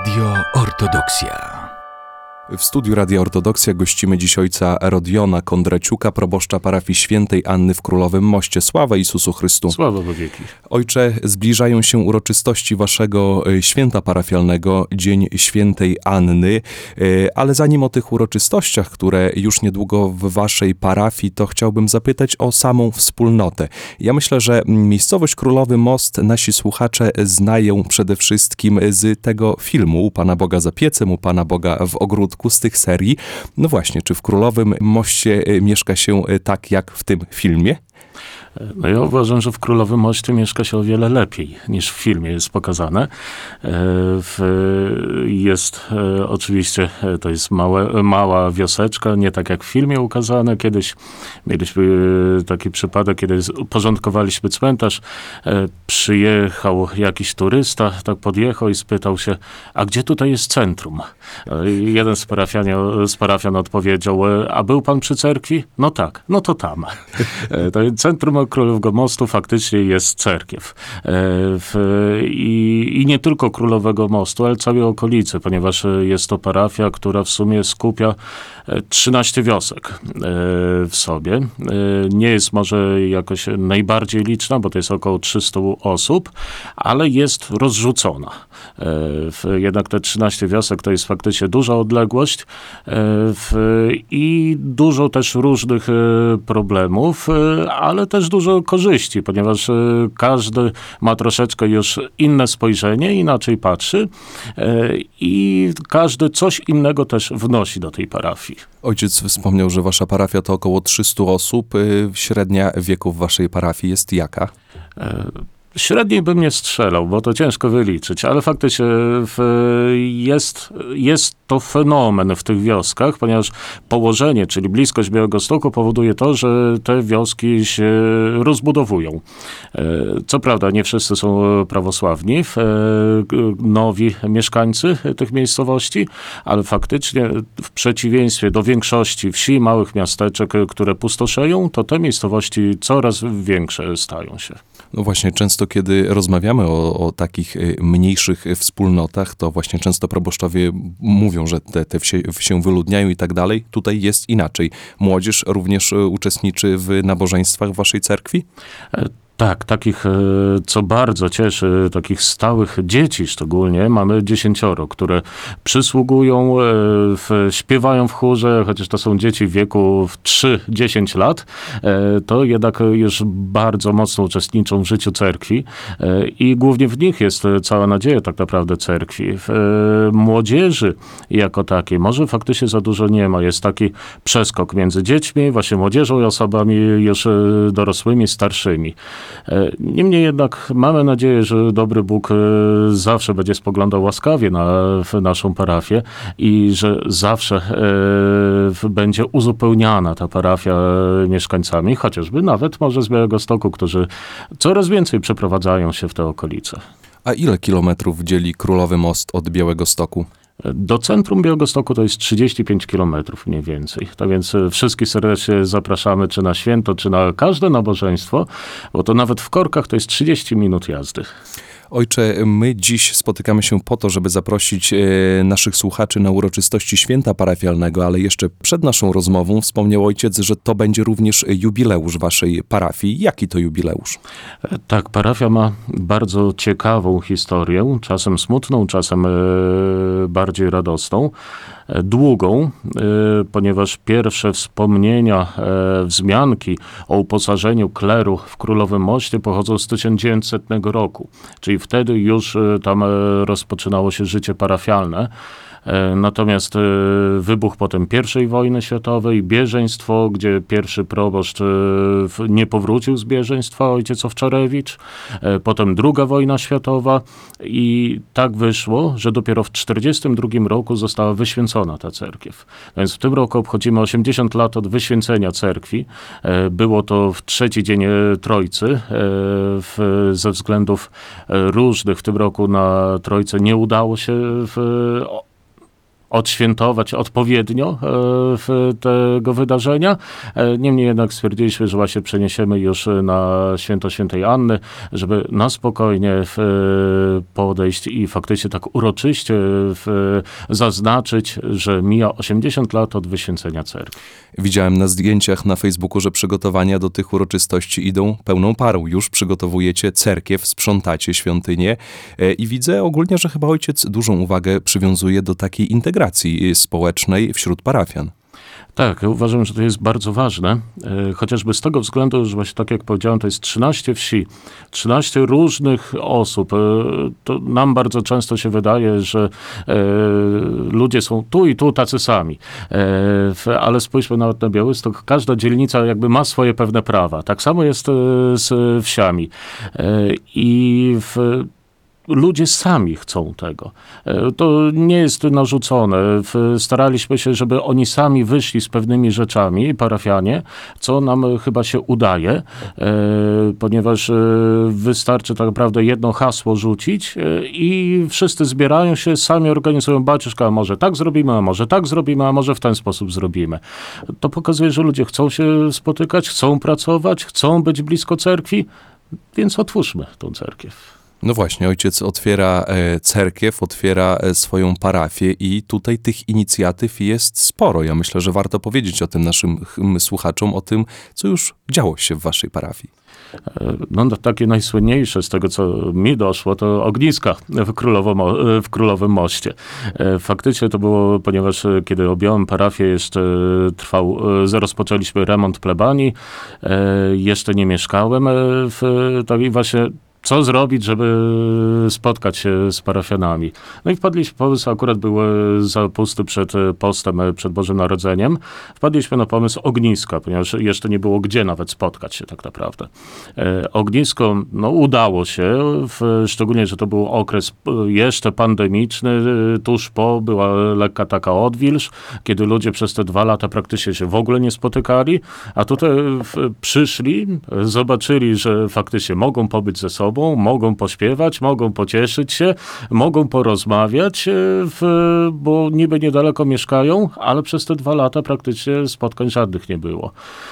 Radio Ortodoksja. W studiu Radia Ortodoksja gościmy dziś ojca Rodiona Kondraciuka, proboszcza parafii Świętej Anny w Królowym Moście. Sława Jezusu Chrystu. Sława we wieki. Ojcze, zbliżają się uroczystości waszego święta parafialnego, Dzień Świętej Anny, ale zanim o tych uroczystościach, które już niedługo w waszej parafii, to chciałbym zapytać o samą wspólnotę. Ja myślę, że miejscowość Królowy Most nasi słuchacze znają przede wszystkim z tego filmu U Pana Boga za piecem, U Pana Boga w ogródku, z tych serii. No właśnie, czy w Królowym Moście mieszka się tak jak w tym filmie? No ja uważam, że w Królowym Moście mieszka się o wiele lepiej niż w filmie jest pokazane. Oczywiście to jest mała wioseczka, nie tak jak w filmie ukazane. Kiedyś mieliśmy taki przypadek, kiedy porządkowaliśmy cmentarz. Przyjechał jakiś turysta, tak podjechał i spytał się, a gdzie tutaj jest centrum? Jeden z parafian odpowiedział, a był pan przy cerkwi? No tak, no to tam. To centrum Królowego Mostu faktycznie jest cerkiew. I nie tylko Królowego Mostu, ale całej okolicy, ponieważ jest to parafia, która w sumie skupia 13 wiosek w sobie. Nie jest może jakoś najbardziej liczna, bo to jest około 300 osób, ale jest rozrzucona. Jednak te 13 wiosek to jest faktycznie duża odległość i dużo też różnych problemów, ale też dużo korzyści, ponieważ każdy ma troszeczkę już inne spojrzenie, inaczej patrzy i każdy coś innego też wnosi do tej parafii. Ojciec wspomniał, że wasza parafia to około 300 osób. Średnia wieku w waszej parafii jest jaka? Średniej bym nie strzelał, bo to ciężko wyliczyć, ale faktycznie jest to fenomen w tych wioskach, ponieważ położenie, czyli bliskość Białegostoku powoduje to, że te wioski się rozbudowują. Co prawda nie wszyscy są prawosławni, nowi mieszkańcy tych miejscowości, ale faktycznie w przeciwieństwie do większości wsi, małych miasteczek, które pustoszeją, to te miejscowości coraz większe stają się. No właśnie, często kiedy rozmawiamy o takich mniejszych wspólnotach, to właśnie często proboszczowie mówią, że te wsie się wyludniają i tak dalej. Tutaj jest inaczej. Młodzież również uczestniczy w nabożeństwach w waszej cerkwi? Tak, takich, co bardzo cieszy, takich stałych dzieci szczególnie, mamy 10, które przysługują, śpiewają w chórze, chociaż to są dzieci w wieku 3-10 lat, to jednak już bardzo mocno uczestniczą w życiu cerkwi i głównie w nich jest cała nadzieja tak naprawdę cerkwi. Młodzieży jako takiej może faktycznie za dużo nie ma. Jest taki przeskok między dziećmi, właśnie młodzieżą i osobami już dorosłymi, starszymi. Niemniej jednak mamy nadzieję, że dobry Bóg zawsze będzie spoglądał łaskawie na naszą parafię i że zawsze będzie uzupełniana ta parafia mieszkańcami, chociażby nawet może z Białegostoku, którzy coraz więcej przeprowadzają się w te okolice. A ile kilometrów dzieli Królowy Most od Białegostoku? Do centrum Białegostoku to jest 35 kilometrów mniej więcej. Tak więc wszystkich serdecznie zapraszamy, czy na święto, czy na każde nabożeństwo, bo to nawet w korkach to jest 30 minut jazdy. Ojcze, my dziś spotykamy się po to, żeby zaprosić naszych słuchaczy na uroczystości święta parafialnego, ale jeszcze przed naszą rozmową wspomniał ojciec, że to będzie również jubileusz waszej parafii. Jaki to jubileusz? Tak, parafia ma bardzo ciekawą historię, czasem smutną, czasem bardziej radosną. Długą, ponieważ pierwsze wspomnienia, wzmianki o uposażeniu kleru w Królowym Moście pochodzą z 1900 roku, czyli wtedy już tam rozpoczynało się życie parafialne. Natomiast wybuch potem I wojny światowej, bieżeństwo, gdzie pierwszy proboszcz nie powrócił z bieżeństwa, ojciec Owczarewicz, potem II wojna światowa i tak wyszło, że dopiero w 1942 roku została wyświęcona ta cerkiew. Więc w tym roku obchodzimy 80 lat od wyświęcenia cerkwi. Było to w trzeci dzień Trójcy. Ze względów różnych w tym roku na Trójcę nie udało się odświętować odpowiednio tego wydarzenia. Niemniej jednak stwierdziliśmy, że właśnie przeniesiemy już na święto świętej Anny, żeby na spokojnie podejść i faktycznie tak uroczyście zaznaczyć, że mija 80 lat od wyświęcenia cerkwi. Widziałem na zdjęciach na Facebooku, że przygotowania do tych uroczystości idą pełną parą. Już przygotowujecie cerkiew, sprzątacie świątynię i widzę ogólnie, że chyba ojciec dużą uwagę przywiązuje do takiej integracji społecznej wśród parafian. Tak, ja uważam, że to jest bardzo ważne, chociażby z tego względu, że właśnie tak jak powiedziałem, to jest 13 wsi, 13 różnych osób. To nam bardzo często się wydaje, że ludzie są tu i tu tacy sami, ale spójrzmy nawet na Białystok, każda dzielnica jakby ma swoje pewne prawa. Tak samo jest z wsiami. Ludzie sami chcą tego. To nie jest narzucone. Staraliśmy się, żeby oni sami wyszli z pewnymi rzeczami, parafianie, co nam chyba się udaje, ponieważ wystarczy tak naprawdę jedno hasło rzucić i wszyscy zbierają się, sami organizują baciuszka, a może tak zrobimy, a może tak zrobimy, a może w ten sposób zrobimy. To pokazuje, że ludzie chcą się spotykać, chcą pracować, chcą być blisko cerkwi, więc otwórzmy tą cerkiew. No właśnie, ojciec otwiera cerkiew, otwiera swoją parafię i tutaj tych inicjatyw jest sporo. Ja myślę, że warto powiedzieć o tym naszym słuchaczom, o tym, co już działo się w waszej parafii. No, takie najsłynniejsze z tego, co mi doszło, to ogniska w Królowym Moście. Faktycznie to było, ponieważ kiedy objąłem parafię, jeszcze rozpoczęliśmy remont plebanii, jeszcze nie mieszkałem i właśnie co zrobić, żeby spotkać się z parafianami. No i wpadliśmy, pomysł akurat był zapusty przed postem, przed Bożym Narodzeniem. Wpadliśmy na pomysł ogniska, ponieważ jeszcze nie było gdzie nawet spotkać się tak naprawdę. Ognisko, no udało się, szczególnie, że to był okres jeszcze pandemiczny, tuż po była lekka taka odwilż, kiedy ludzie przez te 2 lata praktycznie się w ogóle nie spotykali, a tutaj przyszli, zobaczyli, że faktycznie mogą pobyć ze sobą, mogą pośpiewać, mogą pocieszyć się, mogą porozmawiać, bo niby niedaleko mieszkają, ale przez te 2 lata praktycznie spotkań żadnych nie było.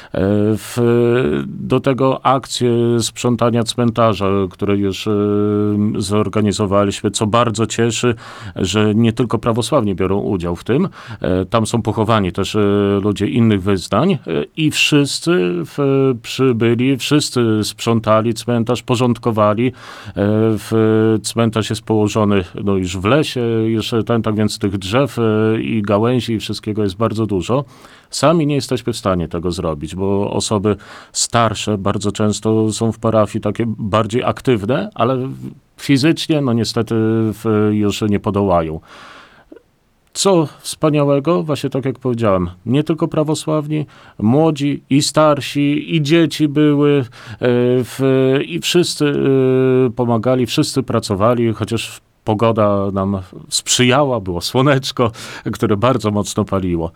Do tego akcje sprzątania cmentarza, które już zorganizowaliśmy, co bardzo cieszy, że nie tylko prawosławni biorą udział w tym. Tam są pochowani też ludzie innych wyznań i wszyscy przybyli, wszyscy sprzątali cmentarz, porządkowali. Cmentarz jest położony już w lesie, tak więc tych drzew i gałęzi i wszystkiego jest bardzo dużo. Sami nie jesteśmy w stanie tego zrobić, bo osoby starsze bardzo często są w parafii takie bardziej aktywne, ale fizycznie niestety już nie podołają. Co wspaniałego, właśnie tak jak powiedziałem, nie tylko prawosławni, młodzi i starsi, i dzieci były i wszyscy pomagali, wszyscy pracowali, chociaż pogoda nam sprzyjała, było słoneczko, które bardzo mocno paliło.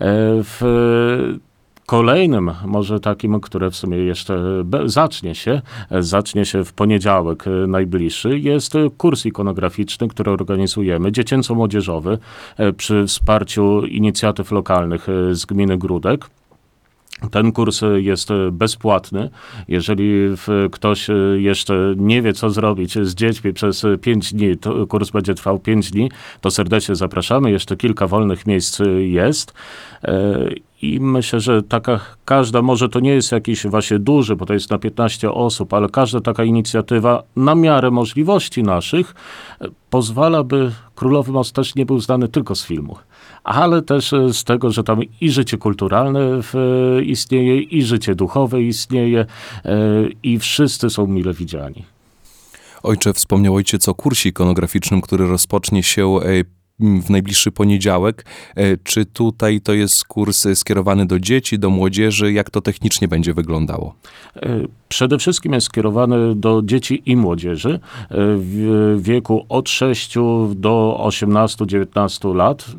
Kolejnym, może takim, które w sumie jeszcze zacznie się w poniedziałek najbliższy, jest kurs ikonograficzny, który organizujemy, dziecięco-młodzieżowy, przy wsparciu inicjatyw lokalnych z gminy Gródek. Ten kurs jest bezpłatny. Jeżeli ktoś jeszcze nie wie, co zrobić z dziećmi przez 5 dni, to kurs będzie trwał 5 dni, to serdecznie zapraszamy. Jeszcze kilka wolnych miejsc jest. I myślę, że każda, może to nie jest jakiś właśnie duży, bo to jest na 15 osób, ale każda taka inicjatywa na miarę możliwości naszych pozwala, by Królowy Most też nie był znany tylko z filmu, ale też z tego, że tam i życie kulturalne istnieje, i życie duchowe istnieje i wszyscy są mile widziani. Ojcze, wspomniał ojciec o kursie ikonograficznym, który rozpocznie się w najbliższy poniedziałek. Czy tutaj to jest kurs skierowany do dzieci, do młodzieży? Jak to technicznie będzie wyglądało? Przede wszystkim jest skierowany do dzieci i młodzieży w wieku od 6 do 18-19 lat.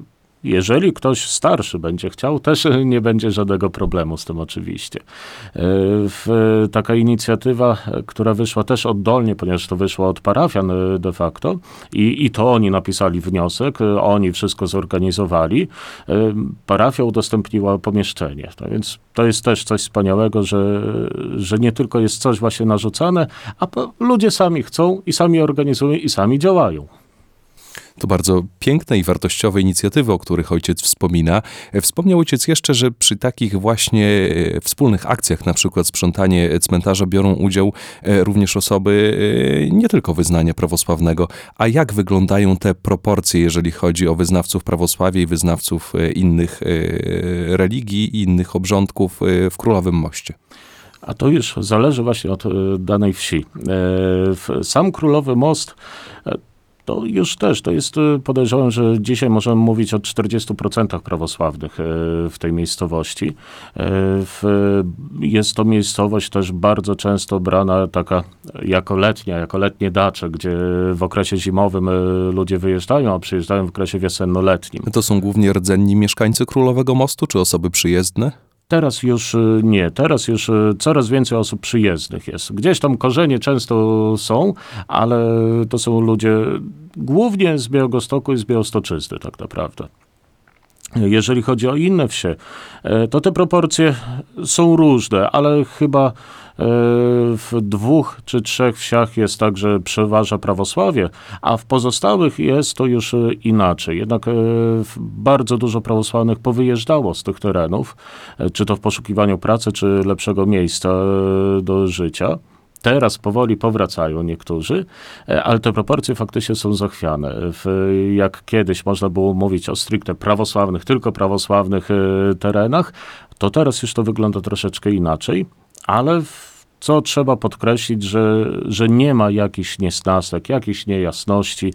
Jeżeli ktoś starszy będzie chciał, też nie będzie żadnego problemu z tym oczywiście. Taka inicjatywa, która wyszła też oddolnie, ponieważ to wyszło od parafian de facto i to oni napisali wniosek, oni wszystko zorganizowali. Parafia udostępniła pomieszczenie. No więc to jest też coś wspaniałego, że nie tylko jest coś właśnie narzucane, a ludzie sami chcą i sami organizują i sami działają. To bardzo piękne i wartościowe inicjatywy, o których ojciec wspomina. Wspomniał ojciec jeszcze, że przy takich właśnie wspólnych akcjach, na przykład sprzątanie cmentarza, biorą udział również osoby nie tylko wyznania prawosławnego. A jak wyglądają te proporcje, jeżeli chodzi o wyznawców prawosławia i wyznawców innych religii i innych obrządków w Królowym Moście? A to już zależy właśnie od danej wsi. Sam Królowy Most to już też, to jest, podejrzewam, że dzisiaj możemy mówić o 40% prawosławnych w tej miejscowości. Jest to miejscowość też bardzo często brana taka jako letnie dacze, gdzie w okresie zimowym ludzie wyjeżdżają, a przyjeżdżają w okresie wiosenno-letnim. To są głównie rdzenni mieszkańcy Królowego Mostu, czy osoby przyjezdne? Teraz już nie. Teraz już coraz więcej osób przyjezdnych jest. Gdzieś tam korzenie często są, ale to są ludzie głównie z Białegostoku i z Białostoczyzny tak naprawdę. Jeżeli chodzi o inne wsie, to te proporcje są różne, ale chyba w 2 czy 3 wsiach jest tak, że przeważa prawosławie, a w pozostałych jest to już inaczej. Jednak bardzo dużo prawosławnych powyjeżdżało z tych terenów, czy to w poszukiwaniu pracy, czy lepszego miejsca do życia. Teraz powoli powracają niektórzy, ale te proporcje faktycznie są zachwiane. Jak kiedyś można było mówić o stricte prawosławnych, tylko prawosławnych terenach, to teraz już to wygląda troszeczkę inaczej, ale co trzeba podkreślić, że nie ma jakichś niesnasek, jakichś niejasności.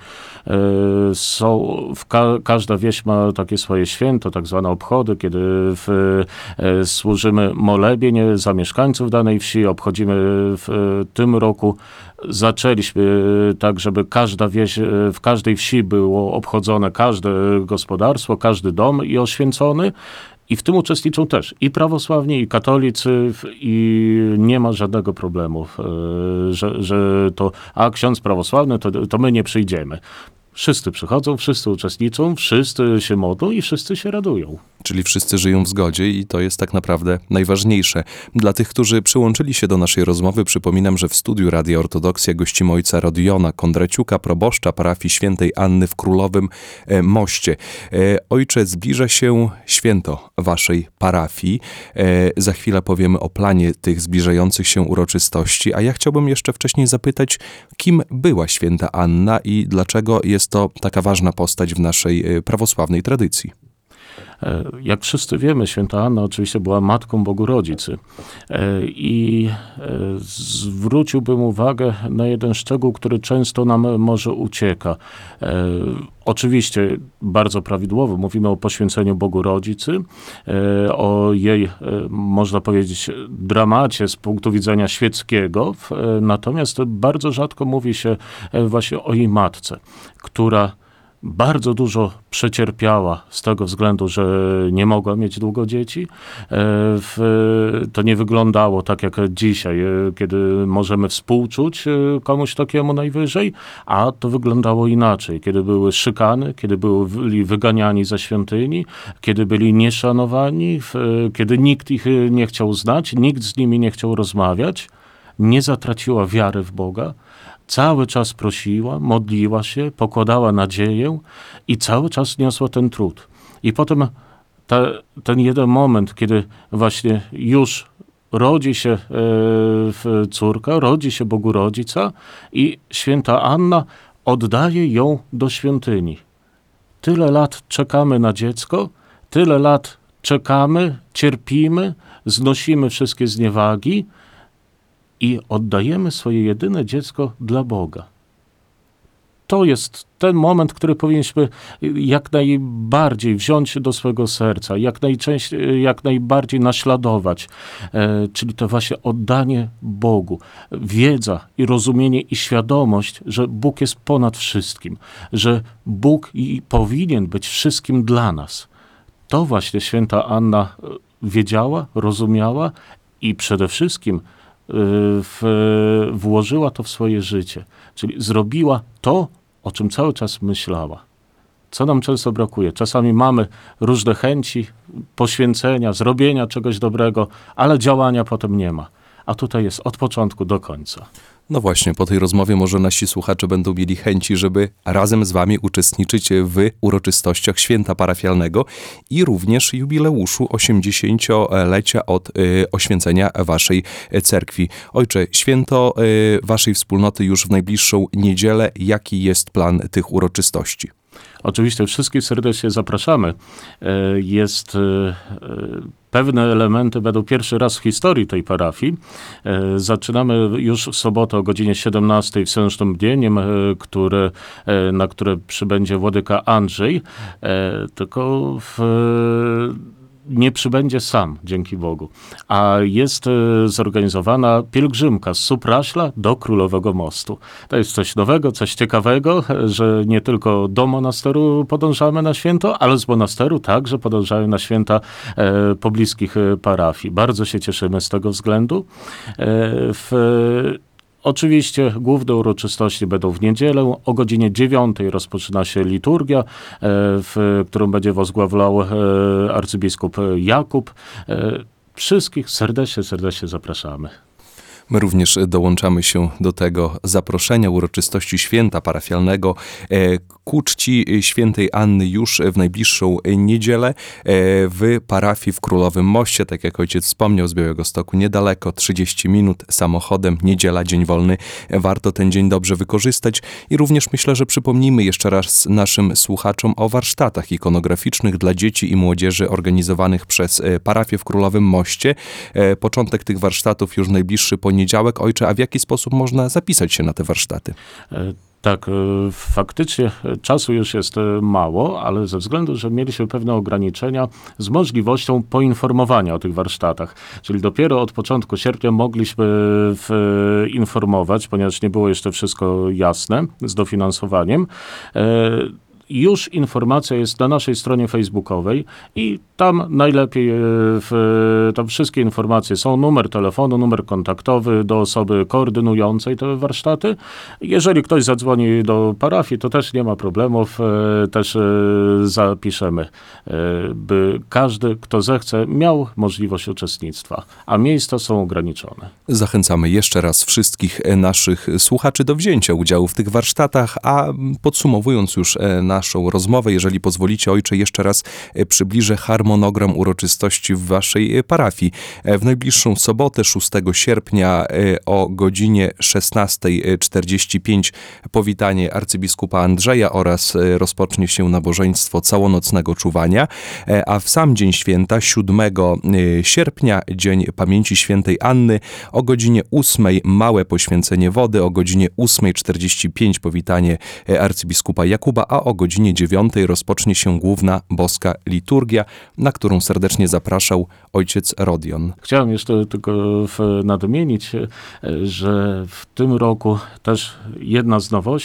Każda wieś ma takie swoje święto, tak zwane obchody, kiedy służymy molebień za mieszkańców danej wsi. Obchodzimy w tym roku, zaczęliśmy tak, żeby każda wieś, w każdej wsi było obchodzone każde gospodarstwo, każdy dom i oświęcony. I w tym uczestniczą też i prawosławni, i katolicy, i nie ma żadnego problemu, że to, a ksiądz prawosławny, to my nie przyjdziemy. Wszyscy przychodzą, wszyscy uczestniczą, wszyscy się modlą i wszyscy się radują. Czyli wszyscy żyją w zgodzie i to jest tak naprawdę najważniejsze. Dla tych, którzy przyłączyli się do naszej rozmowy, przypominam, że w studiu Radia Ortodoksja gościmy ojca Rodiona Kondraciuka, proboszcza parafii Świętej Anny w Królowym Moście. Ojcze, zbliża się święto waszej parafii. Za chwilę powiemy o planie tych zbliżających się uroczystości, a ja chciałbym jeszcze wcześniej zapytać, kim była święta Anna i dlaczego jest to taka ważna postać w naszej prawosławnej tradycji. Jak wszyscy wiemy, święta Anna oczywiście była matką Bogu Rodzicy i zwróciłbym uwagę na jeden szczegół, który często nam może ucieka. Oczywiście bardzo prawidłowo mówimy o poświęceniu Bogu Rodzicy, o jej, można powiedzieć, dramacie z punktu widzenia świeckiego, natomiast bardzo rzadko mówi się właśnie o jej matce, która bardzo dużo przecierpiała z tego względu, że nie mogła mieć długo dzieci. To nie wyglądało tak jak dzisiaj, kiedy możemy współczuć komuś takiemu najwyżej, a to wyglądało inaczej, kiedy były szykany, kiedy byli wyganiani ze świątyni, kiedy byli nieszanowani, kiedy nikt ich nie chciał znać, nikt z nimi nie chciał rozmawiać, nie zatraciła wiary w Boga. Cały czas prosiła, modliła się, pokładała nadzieję i cały czas niosła ten trud. I potem ten jeden moment, kiedy właśnie już rodzi się córka, rodzi się Bogu Rodzica i święta Anna oddaje ją do świątyni. Tyle lat czekamy na dziecko, tyle lat czekamy, cierpimy, znosimy wszystkie zniewagi, i oddajemy swoje jedyne dziecko dla Boga. to jest ten moment, który powinniśmy jak najbardziej wziąć do swego serca, jak najbardziej naśladować. Czyli to właśnie oddanie Bogu. Wiedza i rozumienie i świadomość, że Bóg jest ponad wszystkim, że Bóg powinien być wszystkim dla nas. To właśnie święta Anna wiedziała, rozumiała i przede wszystkim włożyła to w swoje życie. Czyli zrobiła to, o czym cały czas myślała. Co nam często brakuje? Czasami mamy różne chęci, poświęcenia, zrobienia czegoś dobrego, ale działania potem nie ma. A tutaj jest od początku do końca. No właśnie, po tej rozmowie może nasi słuchacze będą mieli chęci, żeby razem z wami uczestniczyć w uroczystościach święta parafialnego i również jubileuszu 80-lecia od oświęcenia waszej cerkwi. Ojcze, święto waszej wspólnoty już w najbliższą niedzielę. Jaki jest plan tych uroczystości? Oczywiście wszystkich serdecznie zapraszamy. Pewne elementy będą pierwszy raz w historii tej parafii. Zaczynamy już w sobotę o godzinie 17 wstępnym bdzeniem, na które przybędzie władyka Andrzej, tylko nie przybędzie sam, dzięki Bogu. A jest zorganizowana pielgrzymka z Supraśla do Królowego Mostu. To jest coś nowego, coś ciekawego, że nie tylko do monasteru podążamy na święto, ale z monasteru także podążają na święta pobliskich parafii. Bardzo się cieszymy z tego względu. Oczywiście główne uroczystości będą w niedzielę. O godzinie 9 rozpoczyna się liturgia, którą będzie возглавляł arcybiskup Jakub. Wszystkich serdecznie zapraszamy. My również dołączamy się do tego zaproszenia uroczystości święta parafialnego ku czci świętej Anny już w najbliższą niedzielę w parafii w Królowym Moście. Tak jak ojciec wspomniał, z Białegostoku niedaleko, 30 minut samochodem, niedziela, dzień wolny. Warto ten dzień dobrze wykorzystać i również myślę, że przypomnijmy jeszcze raz naszym słuchaczom o warsztatach ikonograficznych dla dzieci i młodzieży organizowanych przez parafię w Królowym Moście. Początek tych warsztatów już najbliższy poniedziałek. Ojcze, a w jaki sposób można zapisać się na te warsztaty? Tak, faktycznie czasu już jest mało, ale ze względu, że mieliśmy pewne ograniczenia z możliwością poinformowania o tych warsztatach. Czyli dopiero od początku sierpnia mogliśmy informować, ponieważ nie było jeszcze wszystko jasne z dofinansowaniem. Już informacja jest na naszej stronie facebookowej i tam najlepiej, tam wszystkie informacje są, numer telefonu, numer kontaktowy do osoby koordynującej te warsztaty. Jeżeli ktoś zadzwoni do parafii, to też nie ma problemów, też zapiszemy, by każdy, kto zechce, miał możliwość uczestnictwa, a miejsca są ograniczone. Zachęcamy jeszcze raz wszystkich naszych słuchaczy do wzięcia udziału w tych warsztatach, a podsumowując już naszą rozmowę, jeżeli pozwolicie, ojcze, jeszcze raz przybliżę harmonogram uroczystości w waszej parafii. W najbliższą sobotę, 6 sierpnia o godzinie 16:45 powitanie arcybiskupa Andrzeja oraz rozpocznie się nabożeństwo całonocnego czuwania, a w sam dzień święta, 7 sierpnia, dzień pamięci świętej Anny, o godzinie 8 małe poświęcenie wody, o godzinie 8:45 powitanie arcybiskupa Jakuba, a o godzinie 9 rozpocznie się główna boska liturgia, na którą serdecznie zapraszał ojciec Rodion. Chciałem jeszcze tylko nadmienić, że w tym roku też jedna z nowości